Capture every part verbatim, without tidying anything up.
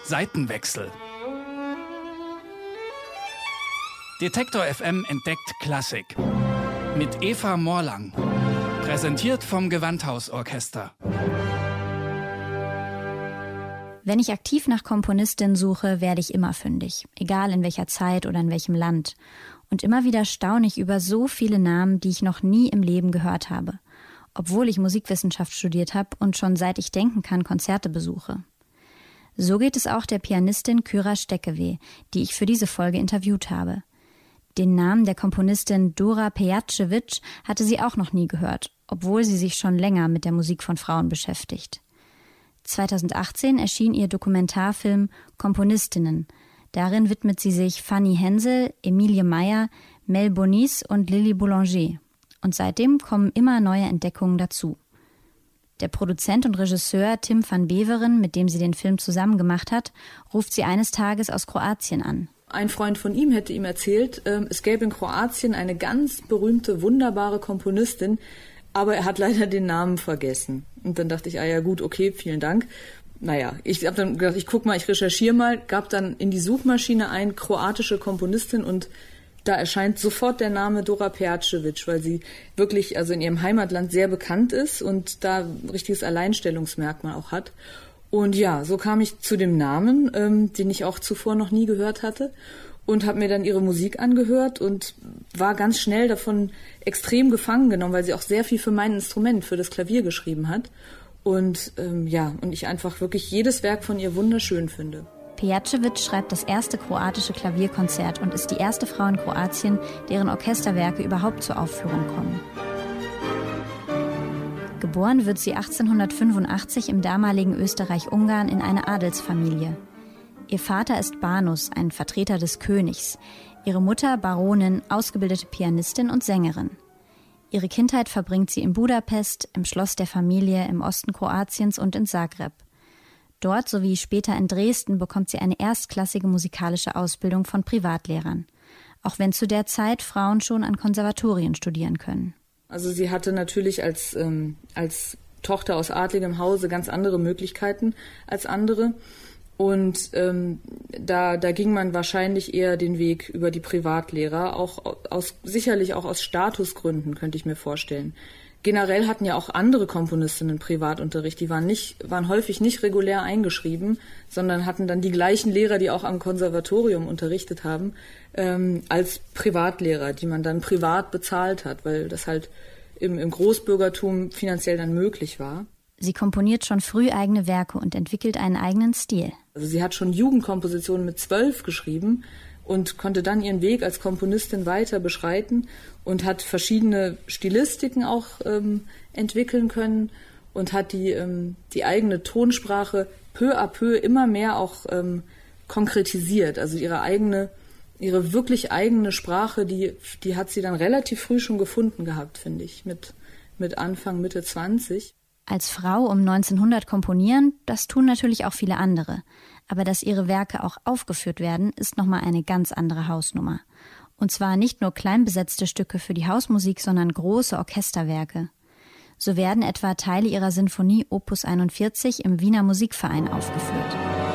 Seitenwechsel. Detektor F M entdeckt Klassik. Mit Eva Morlang. Präsentiert vom Gewandhausorchester. Wenn ich aktiv nach Komponistinnen suche, werde ich immer fündig. Egal in welcher Zeit oder in welchem Land. Und immer wieder staune ich über so viele Namen, die ich noch nie im Leben gehört habe. Obwohl ich Musikwissenschaft studiert habe und schon seit ich denken kann Konzerte besuche. So geht es auch der Pianistin Kyra Steckeweh, die ich für diese Folge interviewt habe. Den Namen der Komponistin Dora Pejacevic hatte sie auch noch nie gehört, obwohl sie sich schon länger mit der Musik von Frauen beschäftigt. zweitausendachtzehn erschien ihr Dokumentarfilm Komponistinnen. Darin widmet sie sich Fanny Hensel, Emilie Meyer, Mel Bonis und Lily Boulanger. Und seitdem kommen immer neue Entdeckungen dazu. Der Produzent und Regisseur Tim van Beveren, mit dem sie den Film zusammen gemacht hat, ruft sie eines Tages aus Kroatien an. Ein Freund von ihm hätte ihm erzählt, äh, es gäbe in Kroatien eine ganz berühmte, wunderbare Komponistin, aber er hat leider den Namen vergessen. Und dann dachte ich, ah ja gut, okay, vielen Dank. Naja, ich habe dann gedacht, ich guck mal, ich recherchiere mal, gab dann in die Suchmaschine ein kroatische Komponistin und da erscheint sofort der Name Dora Pejacevic, weil sie wirklich also in ihrem Heimatland sehr bekannt ist und da ein richtiges Alleinstellungsmerkmal auch hat. Und ja, so kam ich zu dem Namen, ähm, den ich auch zuvor noch nie gehört hatte und habe mir dann ihre Musik angehört und war ganz schnell davon extrem gefangen genommen, weil sie auch sehr viel für mein Instrument, für das Klavier geschrieben hat. Und ähm, ja, und ich einfach wirklich jedes Werk von ihr wunderschön finde. Pejacevic schreibt das erste kroatische Klavierkonzert und ist die erste Frau in Kroatien, deren Orchesterwerke überhaupt zur Aufführung kommen. Geboren wird sie achtzehnhundertfünfundachtzig im damaligen Österreich-Ungarn in eine Adelsfamilie. Ihr Vater ist Banus, ein Vertreter des Königs. Ihre Mutter Baronin, ausgebildete Pianistin und Sängerin. Ihre Kindheit verbringt sie in Budapest, im Schloss der Familie im Osten Kroatiens und in Zagreb. Dort sowie später in Dresden bekommt sie eine erstklassige musikalische Ausbildung von Privatlehrern. Auch wenn zu der Zeit Frauen schon an Konservatorien studieren können. Also sie hatte natürlich als, ähm, als Tochter aus adligem Hause ganz andere Möglichkeiten als andere. Und ähm, da, da ging man wahrscheinlich eher den Weg über die Privatlehrer, auch aus, sicherlich auch aus Statusgründen, könnte ich mir vorstellen. Generell hatten ja auch andere Komponistinnen Privatunterricht, die waren nicht, waren häufig nicht regulär eingeschrieben, sondern hatten dann die gleichen Lehrer, die auch am Konservatorium unterrichtet haben, ähm, als Privatlehrer, die man dann privat bezahlt hat, weil das halt im, im Großbürgertum finanziell dann möglich war. Sie komponiert schon früh eigene Werke und entwickelt einen eigenen Stil. Also sie hat schon Jugendkompositionen mit zwölf geschrieben und konnte dann ihren Weg als Komponistin weiter beschreiten und hat verschiedene Stilistiken auch ähm, entwickeln können und hat die, ähm, die eigene Tonsprache peu à peu immer mehr auch ähm, konkretisiert. Also ihre eigene, ihre wirklich eigene Sprache, die, die hat sie dann relativ früh schon gefunden gehabt, finde ich, mit, mit Anfang, Mitte zwanzig. Als Frau um neunzehnhundert komponieren, das tun natürlich auch viele andere. Aber dass ihre Werke auch aufgeführt werden, ist nochmal eine ganz andere Hausnummer. Und zwar nicht nur klein besetzte Stücke für die Hausmusik, sondern große Orchesterwerke. So werden etwa Teile ihrer Sinfonie Opus einundvierzig im Wiener Musikverein aufgeführt.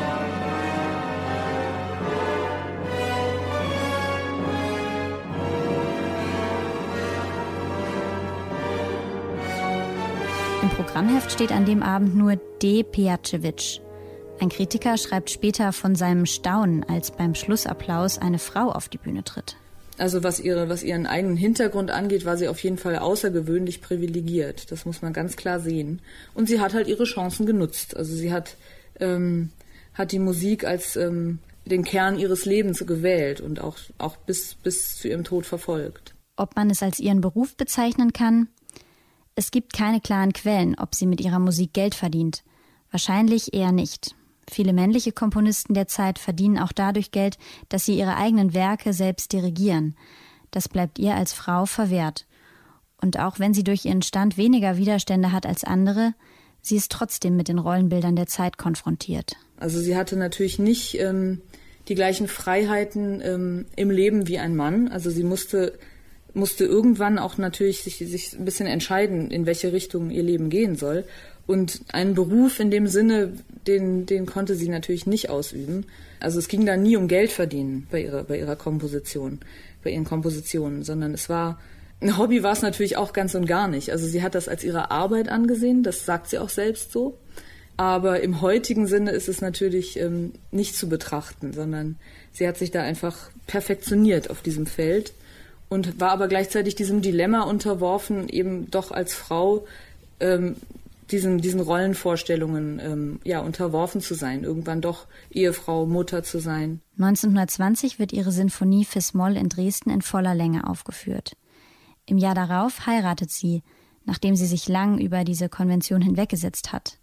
Im Programmheft steht an dem Abend nur D. Pejacevic. Ein Kritiker schreibt später von seinem Staunen, als beim Schlussapplaus eine Frau auf die Bühne tritt. Also was ihre, was ihren eigenen Hintergrund angeht, war sie auf jeden Fall außergewöhnlich privilegiert. Das muss man ganz klar sehen. Und sie hat halt ihre Chancen genutzt. Also sie hat, ähm, hat die Musik als ähm, den Kern ihres Lebens gewählt und auch, auch bis, bis zu ihrem Tod verfolgt. Ob man es als ihren Beruf bezeichnen kann? Es gibt keine klaren Quellen, ob sie mit ihrer Musik Geld verdient. Wahrscheinlich eher nicht. Viele männliche Komponisten der Zeit verdienen auch dadurch Geld, dass sie ihre eigenen Werke selbst dirigieren. Das bleibt ihr als Frau verwehrt. Und auch wenn sie durch ihren Stand weniger Widerstände hat als andere, sie ist trotzdem mit den Rollenbildern der Zeit konfrontiert. Also sie hatte natürlich nicht ähm, die gleichen Freiheiten ähm, im Leben wie ein Mann. Also sie musste musste irgendwann auch natürlich sich, sich ein bisschen entscheiden, in welche Richtung ihr Leben gehen soll. Und einen Beruf in dem Sinne, den, den konnte sie natürlich nicht ausüben. Also es ging da nie um Geld verdienen bei ihrer, bei ihrer Komposition, bei ihren Kompositionen, sondern es war, ein Hobby war es natürlich auch ganz und gar nicht. Also sie hat das als ihre Arbeit angesehen, das sagt sie auch selbst so. Aber im heutigen Sinne ist es natürlich ähm, nicht zu betrachten, sondern sie hat sich da einfach perfektioniert auf diesem Feld und war aber gleichzeitig diesem Dilemma unterworfen, eben doch als Frau ähm, diesen, diesen Rollenvorstellungen ähm, ja, unterworfen zu sein, irgendwann doch Ehefrau, Mutter zu sein. neunzehnhundertzwanzig wird ihre Sinfonie Fis-Moll in Dresden in voller Länge aufgeführt. Im Jahr darauf heiratet sie, nachdem sie sich lang über diese Konvention hinweggesetzt hat.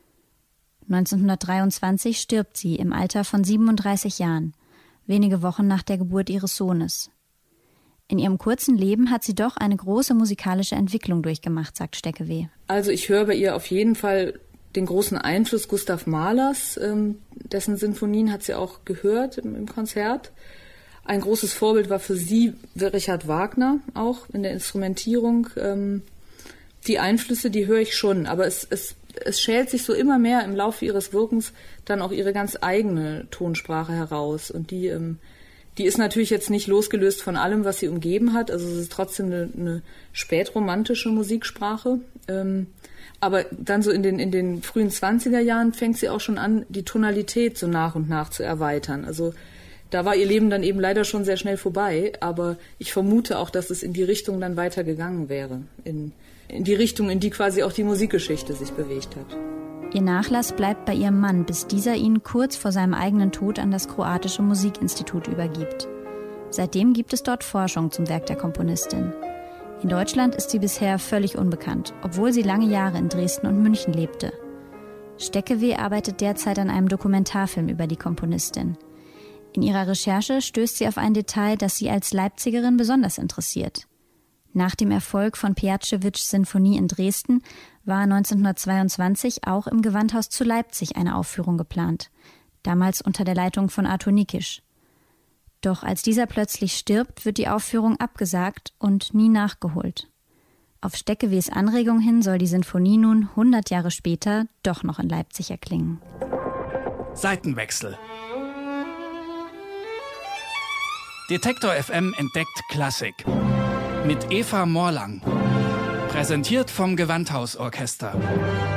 neunzehnhundertdreiundzwanzig stirbt sie im Alter von siebenunddreißig Jahren, wenige Wochen nach der Geburt ihres Sohnes. In ihrem kurzen Leben hat sie doch eine große musikalische Entwicklung durchgemacht, sagt Steckeweh. Also ich höre bei ihr auf jeden Fall den großen Einfluss Gustav Mahlers, ähm, dessen Sinfonien hat sie auch gehört im, im Konzert. Ein großes Vorbild war für sie Richard Wagner, auch in der Instrumentierung. Ähm, die Einflüsse, die höre ich schon, aber es, es, es schält sich so immer mehr im Laufe ihres Wirkens dann auch ihre ganz eigene Tonsprache heraus. Und die, ähm, die ist natürlich jetzt nicht losgelöst von allem, was sie umgeben hat. Also es ist trotzdem eine, eine spätromantische Musiksprache. Ähm, aber dann so in den, in den frühen zwanziger Jahren fängt sie auch schon an, die Tonalität so nach und nach zu erweitern. Also da war ihr Leben dann eben leider schon sehr schnell vorbei. Aber ich vermute auch, dass es in die Richtung dann weitergegangen wäre. In, in die Richtung, in die quasi auch die Musikgeschichte sich bewegt hat. Ihr Nachlass bleibt bei ihrem Mann, bis dieser ihn kurz vor seinem eigenen Tod an das Kroatische Musikinstitut übergibt. Seitdem gibt es dort Forschung zum Werk der Komponistin. In Deutschland ist sie bisher völlig unbekannt, obwohl sie lange Jahre in Dresden und München lebte. Steckeweh arbeitet derzeit an einem Dokumentarfilm über die Komponistin. In ihrer Recherche stößt sie auf ein Detail, das sie als Leipzigerin besonders interessiert. Nach dem Erfolg von Piacevics Sinfonie in Dresden war neunzehnhundertzweiundzwanzig auch im Gewandhaus zu Leipzig eine Aufführung geplant, damals unter der Leitung von Arthur Nikisch. Doch als dieser plötzlich stirbt, wird die Aufführung abgesagt und nie nachgeholt. Auf Steckewees Anregung hin soll die Sinfonie nun hundert Jahre später doch noch in Leipzig erklingen. Seitenwechsel. Detektor F M entdeckt Klassik. Mit Eva Morlang. Präsentiert vom Gewandhausorchester.